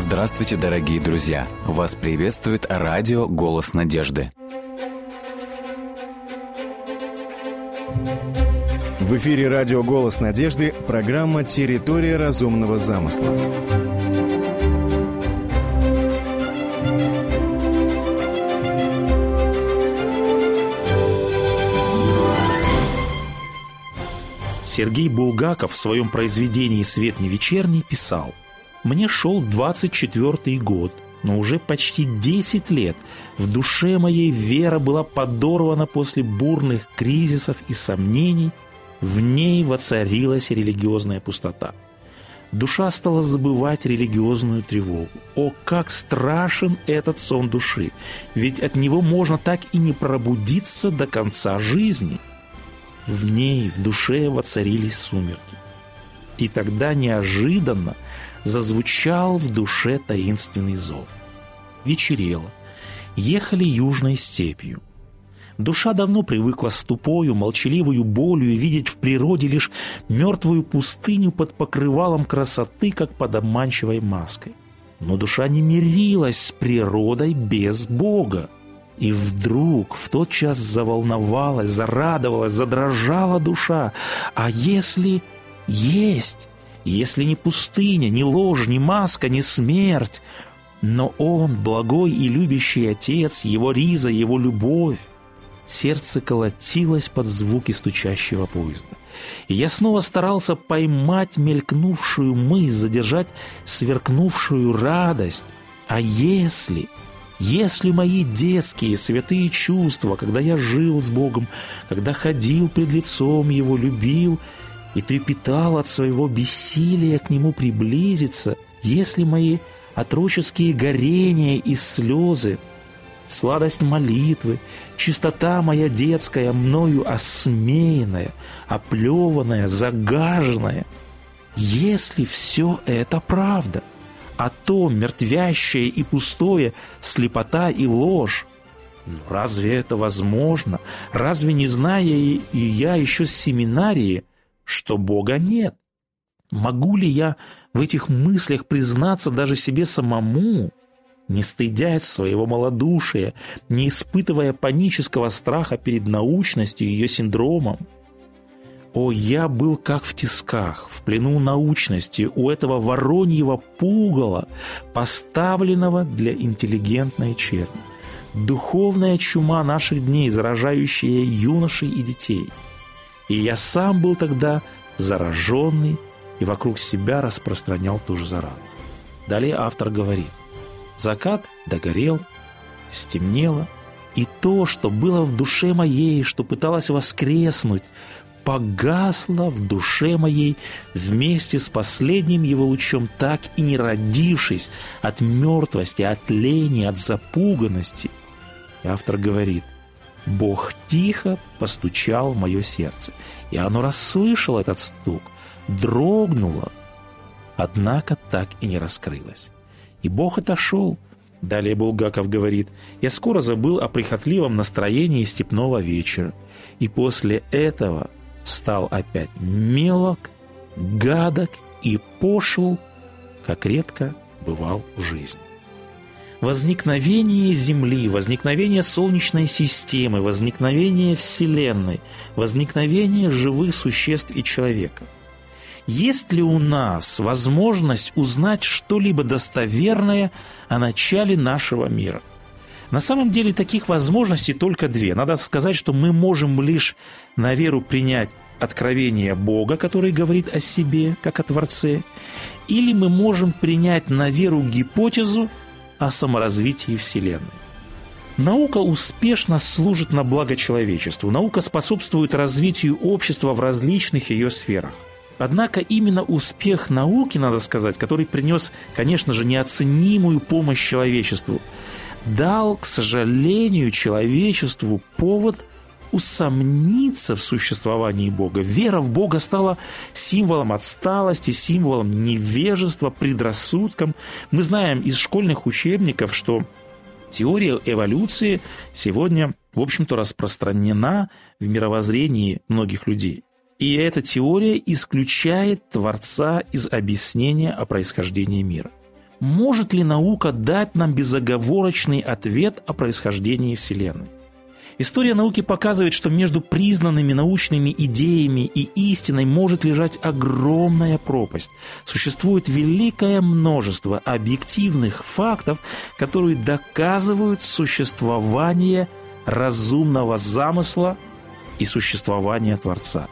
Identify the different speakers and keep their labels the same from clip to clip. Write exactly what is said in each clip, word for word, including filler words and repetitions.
Speaker 1: Здравствуйте, дорогие друзья! Вас приветствует радио «Голос надежды».
Speaker 2: В эфире радио «Голос надежды» программа «Территория разумного замысла».
Speaker 3: Сергей Булгаков в своем произведении «Свет не вечерний» писал: «Мне шел двадцать четвёртый год, но уже почти десять лет в душе моей вера была подорвана после бурных кризисов и сомнений, в ней воцарилась религиозная пустота. Душа стала забывать религиозную тревогу. О, как страшен этот сон души! Ведь от него можно так и не пробудиться до конца жизни». В ней, в душе воцарились сумерки. И тогда неожиданно зазвучал в душе таинственный зов. Вечерело. Ехали южной степью. Душа давно привыкла с тупою, молчаливую болью видеть в природе лишь мертвую пустыню под покрывалом красоты, как под обманчивой маской. Но душа не мирилась с природой без Бога. И вдруг в тот час заволновалась, зарадовалась, задрожала душа. А если есть, если не пустыня, не ложь, не маска, не смерть, но Он, благой и любящий Отец, Его риза, Его любовь? Сердце колотилось под звуки стучащего поезда. И я снова старался поймать мелькнувшую мысль, задержать сверкнувшую радость. А если... Если мои детские святые чувства, когда я жил с Богом, когда ходил пред лицом Его, любил и трепетал от своего бессилия к Нему приблизиться, если мои отроческие горения и слезы, сладость молитвы, чистота моя детская, мною осмеянная, оплеванная, загаженная, если все это правда, а то мертвящее и пустое, слепота и ложь. Но разве это возможно? Разве не зная и, и я еще с семинарии, что Бога нет? Могу ли я в этих мыслях признаться даже себе самому, не стыдясь своего малодушия, не испытывая панического страха перед научностью и ее синдромом? О, я был как в тисках, в плену научности, у этого вороньего пугала, поставленного для интеллигентной черни. Духовная чума наших дней, заражающая юношей и детей. И я сам был тогда зараженный и вокруг себя распространял ту же заразу. Далее автор говорит: «Закат догорел, стемнело, и то, что было в душе моей, что пыталось воскреснуть, погасло в душе моей вместе с последним его лучом, так и не родившись от мертвости, от лени, от запуганности». И автор говорит: «Бог тихо постучал в мое сердце, и оно расслышало этот стук, дрогнуло, однако так и не раскрылось. И Бог отошел». Далее Булгаков говорит: «Я скоро забыл о прихотливом настроении степного вечера, и после этого стал опять мелок, гадок и пошел, как редко бывал в жизни». Возникновение Земли, возникновение Солнечной системы, возникновение Вселенной, возникновение живых существ и человека. Есть ли у нас возможность узнать что-либо достоверное о начале нашего мира? На самом деле таких возможностей только две. Надо сказать, что мы можем лишь на веру принять откровение Бога, который говорит о себе, как о Творце, или мы можем принять на веру гипотезу о саморазвитии Вселенной. Наука успешно служит на благо человечеству. Наука способствует развитию общества в различных ее сферах. Однако именно успех науки, надо сказать, который принес, конечно же, неоценимую помощь человечеству, дал, к сожалению, человечеству повод усомниться в существовании Бога. Вера в Бога стала символом отсталости, символом невежества, предрассудком. Мы знаем из школьных учебников, что теория эволюции сегодня, в общем-то, распространена в мировоззрении многих людей. И эта теория исключает Творца из объяснения о происхождении мира. Может ли наука дать нам безоговорочный ответ о происхождении Вселенной? История науки показывает, что между признанными научными идеями и истиной может лежать огромная пропасть. Существует великое множество объективных фактов, которые доказывают существование разумного замысла и существование Творца.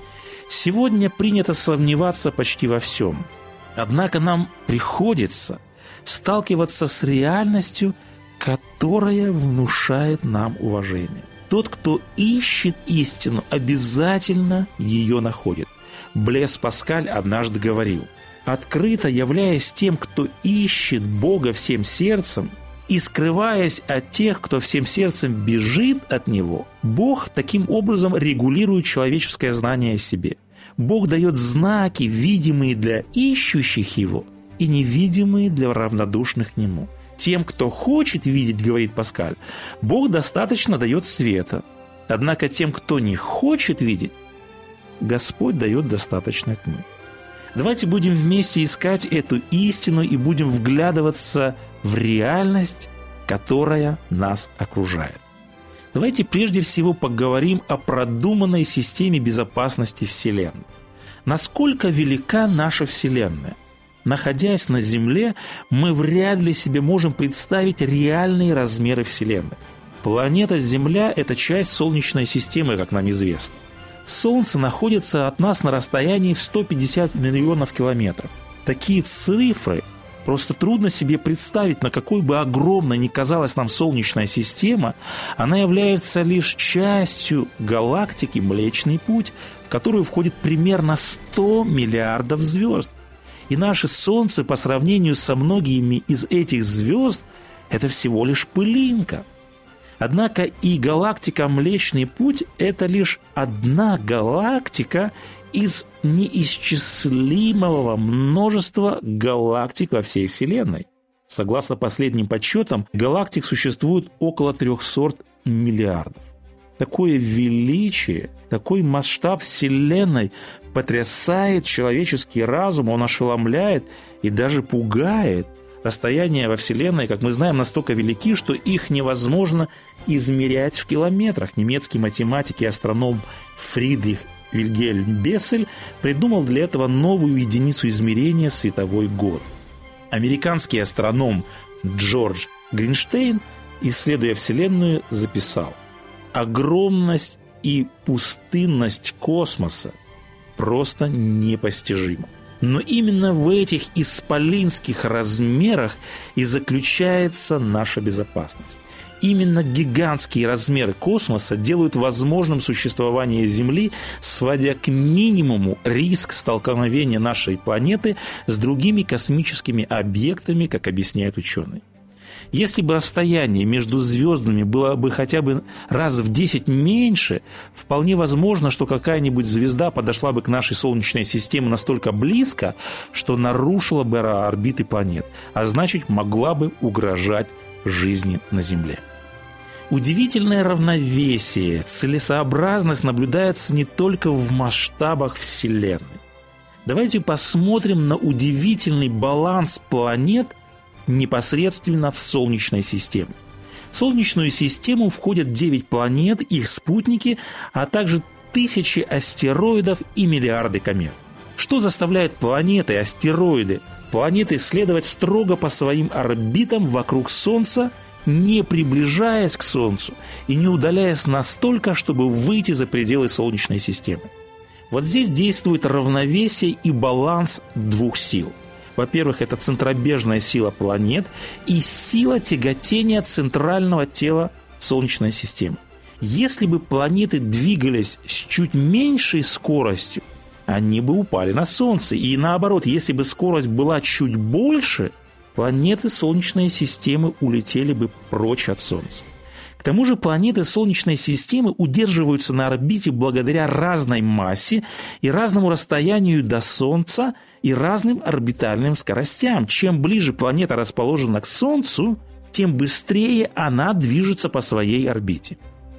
Speaker 3: Сегодня принято сомневаться почти во всем. Однако нам приходится сталкиваться с реальностью, которая внушает нам уважение. Тот, кто ищет истину, обязательно ее находит. Блез Паскаль однажды говорил: «Открыто являясь тем, кто ищет Бога всем сердцем, и скрываясь от тех, кто всем сердцем бежит от Него, Бог таким образом регулирует человеческое знание о себе. Бог дает знаки, видимые для ищущих Его и невидимые для равнодушных к Нему. Тем, кто хочет видеть, говорит Паскаль, Бог достаточно дает света. Однако тем, кто не хочет видеть, Господь дает достаточно тьмы». Давайте будем вместе искать эту истину и будем вглядываться в реальность, которая нас окружает. Давайте прежде всего поговорим о продуманной системе безопасности Вселенной. Насколько велика наша Вселенная? Находясь на Земле, мы вряд ли себе можем представить реальные размеры Вселенной. Планета Земля – это часть Солнечной системы, как нам известно. Солнце находится от нас на расстоянии в сто пятьдесят миллионов километров. Такие цифры просто трудно себе представить, на какой бы огромной ни казалась нам Солнечная система, она является лишь частью галактики Млечный Путь, в которую входит примерно сто миллиардов звезд. И наше Солнце по сравнению со многими из этих звезд – это всего лишь пылинка. Однако и галактика Млечный Путь – это лишь одна галактика из неисчислимого множества галактик во всей Вселенной. Согласно последним подсчетам, галактик существует около трехсот миллиардов. Такое величие, такой масштаб Вселенной потрясает человеческий разум, он ошеломляет и даже пугает. Расстояния во Вселенной, как мы знаем, настолько велики, что их невозможно измерять в километрах. Немецкий математик и астроном Фридрих Вильгельм Бессель придумал для этого новую единицу измерения — световой год. Американский астроном Джордж Гринштейн, исследуя Вселенную, записал: «Огромность и пустынность космоса просто непостижима. Но именно в этих исполинских размерах и заключается наша безопасность. Именно гигантские размеры космоса делают возможным существование Земли, сводя к минимуму риск столкновения нашей планеты с другими космическими объектами, как объясняют ученые. Если бы расстояние между звездами было бы хотя бы раз в десять меньше, вполне возможно, что какая-нибудь звезда подошла бы к нашей Солнечной системе настолько близко, что нарушила бы орбиты планет, а значит, могла бы угрожать жизни на Земле. Удивительное равновесие, целесообразность наблюдается не только в масштабах Вселенной. Давайте посмотрим на удивительный баланс планет непосредственно в Солнечной системе. В Солнечную систему входят девять планет, их спутники, а также тысячи астероидов и миллиарды комет. Что заставляет планеты, астероиды, планеты следовать строго по своим орбитам вокруг Солнца, не приближаясь к Солнцу и не удаляясь настолько, чтобы выйти за пределы Солнечной системы? Вот здесь действует равновесие и баланс двух сил. Во-первых, это центробежная сила планет и сила тяготения центрального тела Солнечной системы. Если бы планеты двигались с чуть меньшей скоростью, они бы упали на Солнце. И наоборот, если бы скорость была чуть больше, планеты Солнечной системы улетели бы прочь от Солнца. К тому же планеты Солнечной системы удерживаются на орбите благодаря разной массе и разному расстоянию до Солнца и разным орбитальным скоростям. Чем ближе планета расположена к Солнцу, тем быстрее она движется по своей орбите.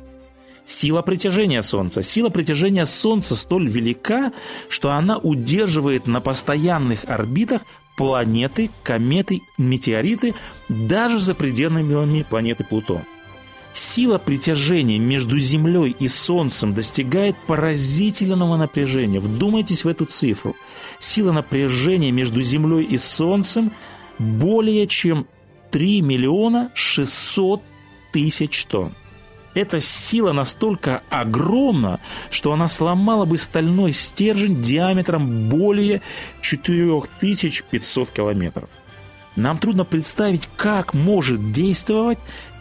Speaker 3: Сила притяжения Солнца. Сила притяжения Солнца столь велика, что она удерживает на постоянных орбитах планеты, кометы, метеориты, даже за пределами планеты Плутон. Сила притяжения между Землей и Солнцем достигает поразительного напряжения. Вдумайтесь в эту цифру. Сила напряжения между Землей и Солнцем более чем три миллиона шестьсот тысяч тонн. Эта сила настолько огромна, что она сломала бы стальной стержень диаметром более четыре тысячи пятьсот километров. Нам трудно представить, как может действовать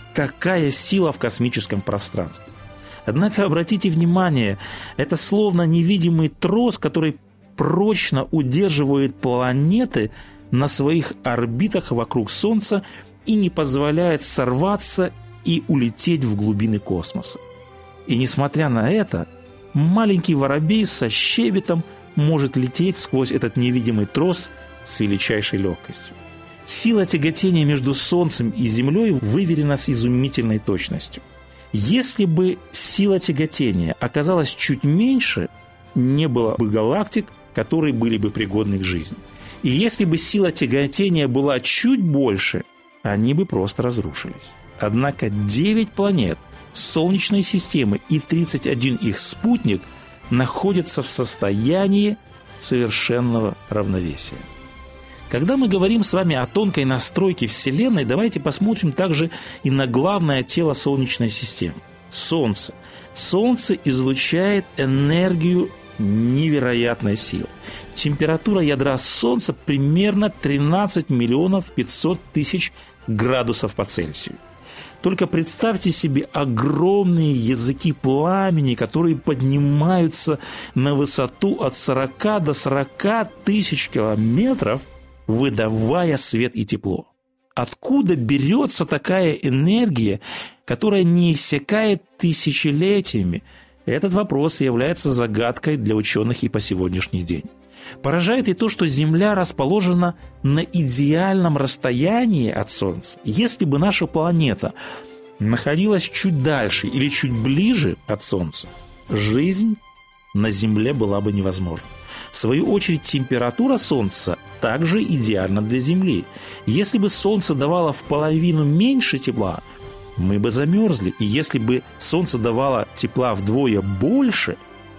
Speaker 3: такая сила в космическом пространстве. Однако обратите внимание, это словно невидимый трос, который прочно удерживает планеты на своих орбитах вокруг Солнца и не позволяет сорваться и улететь в глубины космоса. И несмотря на это, маленький воробей со щебетом может лететь сквозь этот невидимый трос с величайшей легкостью. Сила тяготения между Солнцем и Землей выверена с изумительной точностью. Если бы сила тяготения оказалась чуть меньше, не было бы галактик, которые были бы пригодны к жизни. И если бы сила тяготения была чуть больше, они бы просто разрушились. Однако девять планет Солнечной системы и тридцать один их спутник находятся в состоянии совершенного равновесия. Когда мы говорим с вами о тонкой настройке Вселенной, давайте посмотрим также и на главное тело Солнечной системы – Солнце. Солнце излучает энергию невероятной силы. Температура ядра Солнца примерно тринадцать миллионов пятьсот тысяч градусов по Цельсию. Только представьте себе огромные языки пламени, которые поднимаются на высоту от сорока до сорока тысяч километров, выдавая свет и тепло. Откуда берется такая энергия, которая не иссякает тысячелетиями? Этот вопрос является загадкой для ученых и по сегодняшний день. Поражает и то, что Земля расположена на идеальном расстоянии от Солнца. Если бы наша планета находилась чуть дальше или чуть ближе от Солнца, жизнь на Земле была бы невозможна. В свою очередь, температура Солнца также идеальна для Земли. Если бы Солнце давало в половину меньше тепла, мы бы замерзли. И если бы Солнце давало тепла вдвое больше,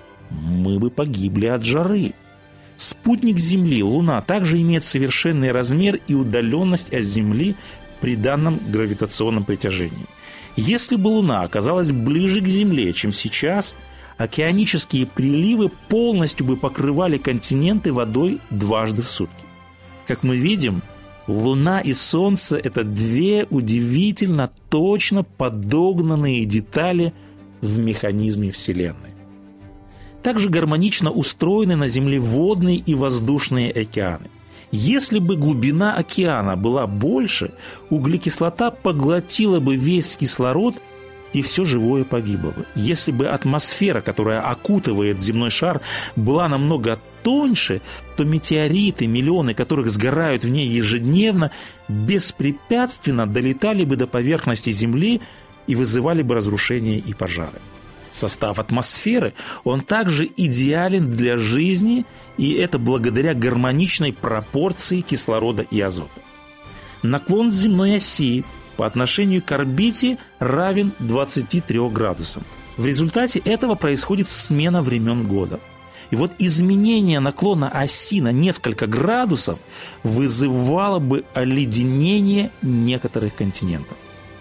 Speaker 3: мы бы погибли от жары. Спутник Земли, Луна, также имеет совершенный размер и удаленность от Земли при данном гравитационном притяжении. Если бы Луна оказалась ближе к Земле, чем сейчас, океанические приливы полностью бы покрывали континенты водой дважды в сутки. Как мы видим, Луна и Солнце – это две удивительно точно подогнанные детали в механизме Вселенной. Также гармонично устроены на Земле водные и воздушные океаны. Если бы глубина океана была больше, углекислота поглотила бы весь кислород, и все живое погибло бы. Если бы атмосфера, которая окутывает земной шар, была намного тоньше, то метеориты, миллионы которых сгорают в ней ежедневно, беспрепятственно долетали бы до поверхности Земли и вызывали бы разрушения и пожары. Состав атмосферы, он также идеален для жизни, и это благодаря гармоничной пропорции кислорода и азота. Наклон земной оси по отношению к орбите равен двадцати трём градусам. В результате этого происходит смена времен года. И вот изменение наклона оси на несколько градусов вызывало бы оледенение некоторых континентов.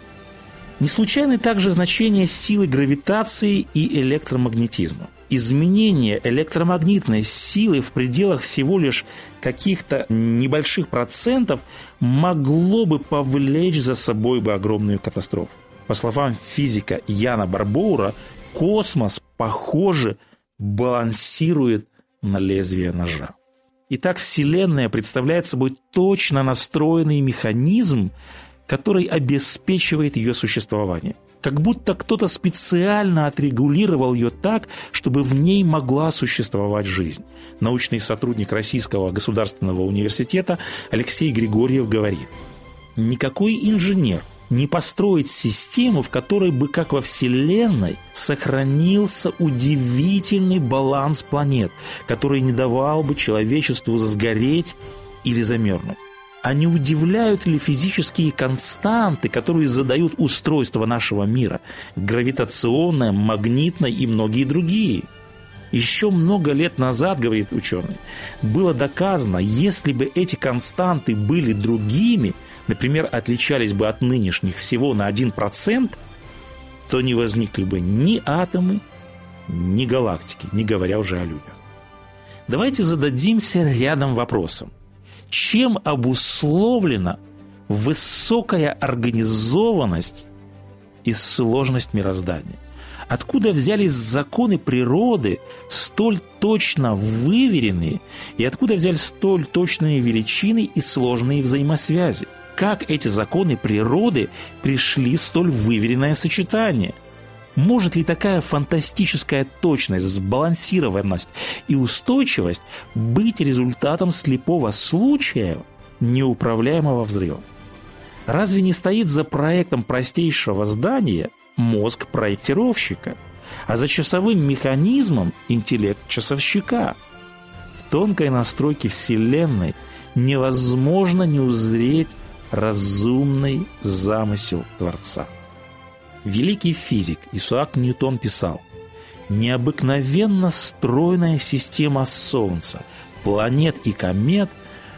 Speaker 3: Не случайны также значения силы гравитации и электромагнетизма. Изменение электромагнитной силы в пределах всего лишь каких-то небольших процентов могло бы повлечь за собой бы огромную катастрофу. По словам физика Яна Барбоура, космос, похоже, балансирует на лезвие ножа. Итак, Вселенная представляет собой точно настроенный механизм, который обеспечивает ее существование. Как будто кто-то специально отрегулировал ее так, чтобы в ней могла существовать жизнь. Научный сотрудник Российского государственного университета Алексей Григорьев говорит: никакой инженер не построит систему, в которой бы, как во Вселенной, сохранился удивительный баланс планет, который не давал бы человечеству сгореть или замерзнуть? А не удивляют ли физические константы, которые задают устройство нашего мира? Гравитационное, магнитное и многие другие. Еще много лет назад, говорит ученый, было доказано, если бы эти константы были другими, например, отличались бы от нынешних всего на один процент, то не возникли бы ни атомы, ни галактики, не говоря уже о людях. Давайте зададимся рядом вопросом. Чем обусловлена высокая организованность и сложность мироздания? Откуда взялись законы природы, столь точно выверенные, и откуда взялись столь точные величины и сложные взаимосвязи? Как эти законы природы пришли в столь выверенное сочетание? Может ли такая фантастическая точность, сбалансированность и устойчивость быть результатом слепого случая, неуправляемого взрывом? Разве не стоит за проектом простейшего здания мозг проектировщика, а за часовым механизмом интеллект часовщика? В тонкой настройке Вселенной невозможно не узреть разумный замысел Творца. Великий физик Исаак Ньютон писал: «Необыкновенно стройная система Солнца, планет и комет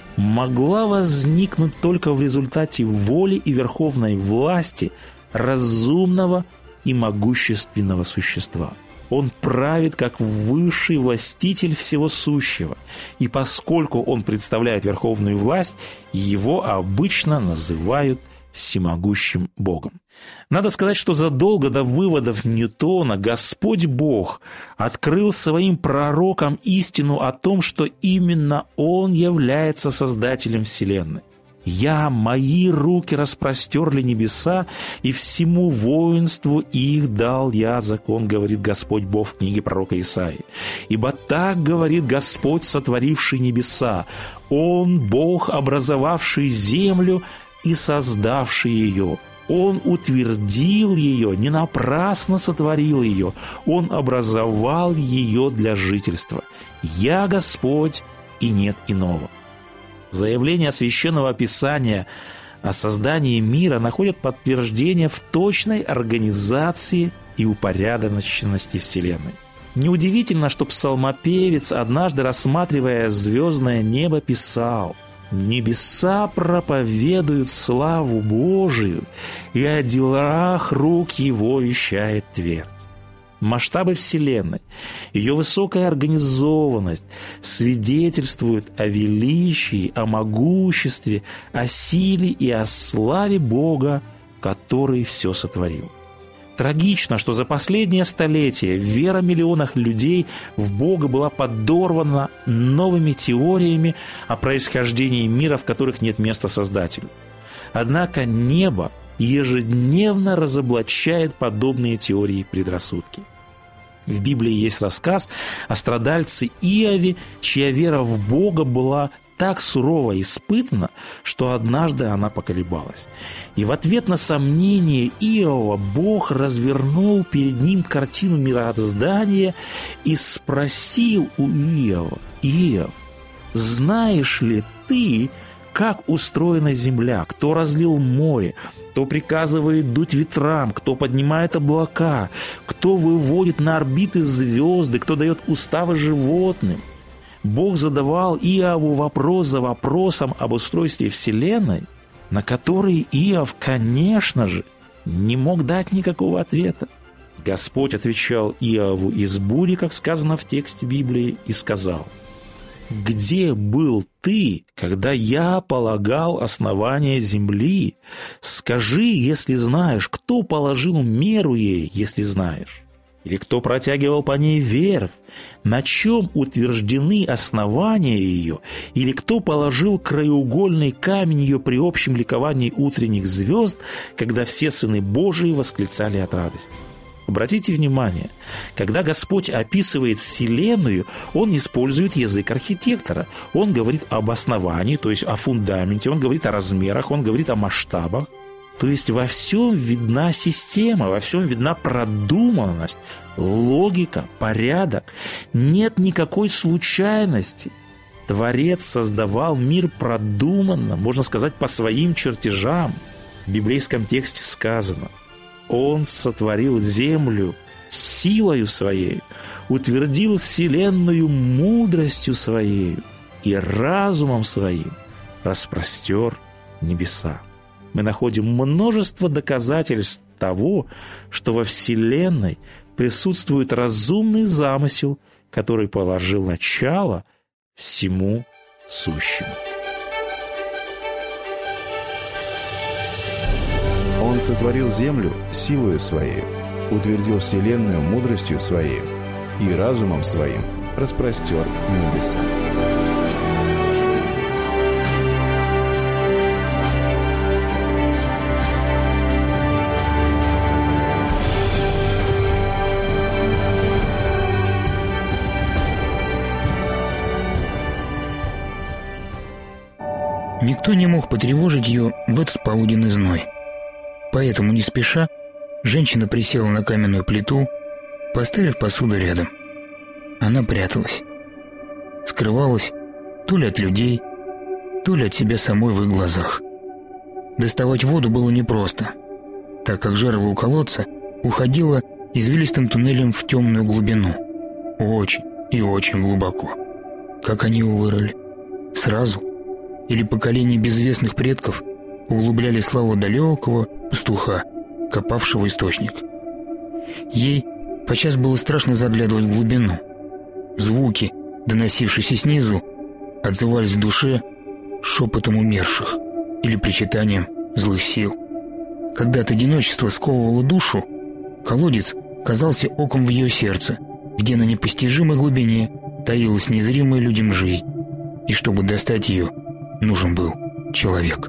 Speaker 3: могла возникнуть только в результате воли и верховной власти разумного и могущественного существа. Он правит как высший властитель всего сущего, и поскольку он представляет верховную власть, его обычно называют всемогущим Богом». Надо сказать, что задолго до выводов Ньютона Господь Бог открыл своим пророкам истину о том, что именно Он является Создателем Вселенной. «Я, мои руки распростерли небеса, и всему воинству их дал я закон, говорит Господь Бог в книге пророка Исаии. Ибо так говорит Господь, сотворивший небеса, Он, Бог, образовавший землю и создавший ее. Он утвердил ее, не напрасно сотворил ее, Он образовал ее для жительства. Я Господь, и нет иного». Заявления Священного Писания о создании мира находят подтверждение в точной организации и упорядоченности Вселенной. Неудивительно, что псалмопевец, однажды рассматривая звездное небо, писал: «Небеса проповедуют славу Божию, и о делах рук Его вещает твердь». Масштабы Вселенной, ее высокая организованность свидетельствуют о величии, о могуществе, о силе и о славе Бога, который все сотворил. Трагично, что за последнее столетие вера миллионов людей в Бога была подорвана новыми теориями о происхождении мира, в которых нет места Создателю. Однако небо ежедневно разоблачает подобные теории и предрассудки. В Библии есть рассказ о страдальце Иове, чья вера в Бога была так сурово испытана, что однажды она поколебалась. И в ответ на сомнение Иова Бог развернул перед ним картину мироздания и спросил у Иова: «Иов, знаешь ли ты, как устроена земля, кто разлил море, кто приказывает дуть ветрам, кто поднимает облака, кто выводит на орбиты звезды, кто дает уставы животным?» Бог задавал Иову вопрос за вопросом об устройстве Вселенной, на который Иов, конечно же, не мог дать никакого ответа. Господь отвечал Иову из бури, как сказано в тексте Библии, и сказал: «Где был ты, когда я полагал основание земли? Скажи, если знаешь, кто положил меру ей, если знаешь? Или кто протягивал по ней верфь? На чем утверждены основания ее? Или кто положил краеугольный камень ее при общем ликовании утренних звезд, когда все сыны Божии восклицали от радости?» Обратите внимание, когда Господь описывает Вселенную, Он использует язык архитектора. Он говорит об основании, то есть о фундаменте, Он говорит о размерах, Он говорит о масштабах. То есть во всем видна система, во всем видна продуманность, логика, порядок. Нет никакой случайности. Творец создавал мир продуманно, можно сказать, по своим чертежам. В библейском тексте сказано: Он сотворил землю силою Своей, утвердил вселенную мудростью Своей и разумом Своим распростер небеса. Мы находим множество доказательств того, что во Вселенной присутствует разумный замысел, который положил начало всему сущему.
Speaker 2: Он сотворил землю силою Своей, утвердил вселенную мудростью Своей и разумом Своим распростер небеса.
Speaker 4: Никто не мог потревожить ее в этот полуденный зной. Поэтому, не спеша, женщина присела на каменную плиту, поставив посуду рядом. Она пряталась. Скрывалась то ли от людей, то ли от себя самой в их глазах. Доставать воду было непросто, так как жерло у колодца уходило извилистым туннелем в темную глубину. Очень и очень глубоко. Как они его вырыли? Сразу? Или поколения безвестных предков углубляли славу далекого пастуха, копавшего источник? Ей подчас было страшно заглядывать в глубину. Звуки, доносившиеся снизу, отзывались в душе шепотом умерших или причитанием злых сил. Когда-то одиночество сковывало душу, колодец казался оком в ее сердце, где на непостижимой глубине таилась незримая людям жизнь, и чтобы достать ее, нужен был человек.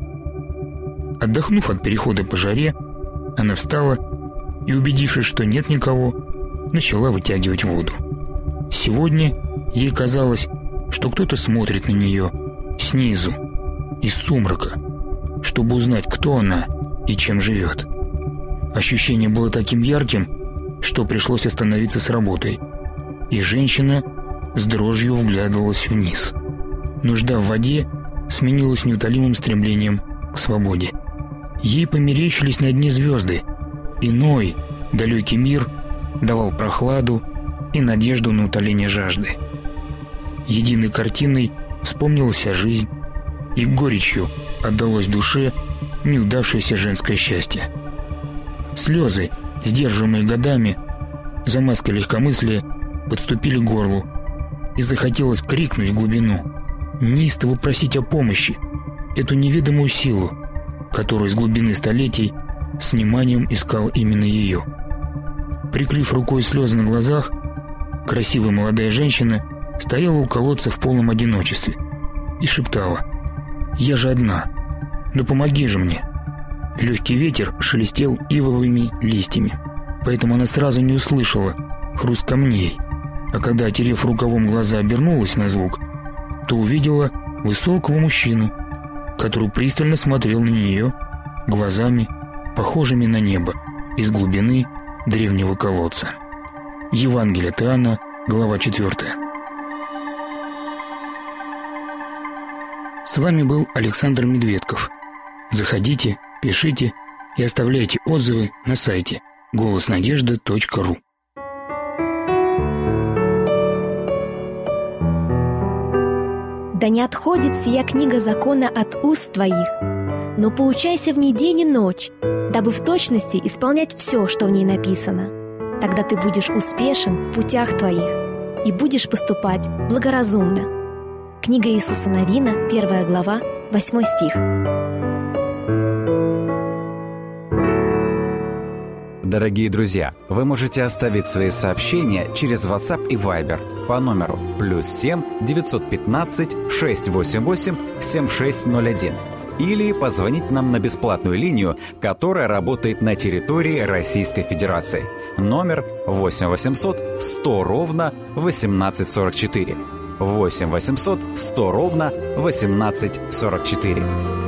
Speaker 4: Отдохнув от перехода по жаре, она встала и, убедившись, что нет никого, начала вытягивать воду. Сегодня ей казалось, что кто-то смотрит на нее снизу, из сумрака, чтобы узнать, кто она и чем живет. Ощущение было таким ярким, что пришлось остановиться с работой, и женщина с дрожью вглядывалась вниз. Нужда в воде сменилась неутолимым стремлением к свободе. Ей померещились на дне звезды. Иной, далекий мир давал прохладу и надежду на утоление жажды. Единой картиной вспомнилась вся жизнь, и горечью отдалось душе неудавшееся женское счастье. Слезы, сдерживаемые годами, за маской легкомыслия, подступили к горлу, и захотелось крикнуть в глубину, неистово просить о помощи, эту неведомую силу, которую из глубины столетий с вниманием искал именно ее. Прикрыв рукой слезы на глазах, красивая молодая женщина стояла у колодца в полном одиночестве и шептала: «Я же одна, ну помоги же мне». Легкий ветер шелестел ивовыми листьями, поэтому она сразу не услышала хруст камней, а когда, отерев рукавом глаза, обернулась на звук, то увидела высокого мужчину, который пристально смотрел на нее глазами, похожими на небо, из глубины древнего колодца. Евангелие от Иоанна, глава четвёртая. С вами был Александр Медведков. Заходите, пишите и оставляйте отзывы на сайте голос надежды точка ру.
Speaker 5: Да не отходит сия книга закона от уст твоих, но поучайся в ней день и ночь, дабы в точности исполнять все, что в ней написано. Тогда ты будешь успешен в путях твоих и будешь поступать благоразумно. Книга Иисуса Навина, первая глава, восьмой стих.
Speaker 1: Дорогие друзья, вы можете оставить свои сообщения через WhatsApp и Viber по номеру плюс семь девятьсот пятнадцать шестьсот восемьдесят восемь семьдесят шесть ноль один или позвонить нам на бесплатную линию, которая работает на территории Российской Федерации. Номер восемь восемьсот сто ровно восемнадцать сорок четыре. восемь восемьсот сто ровно восемнадцать сорок четыре.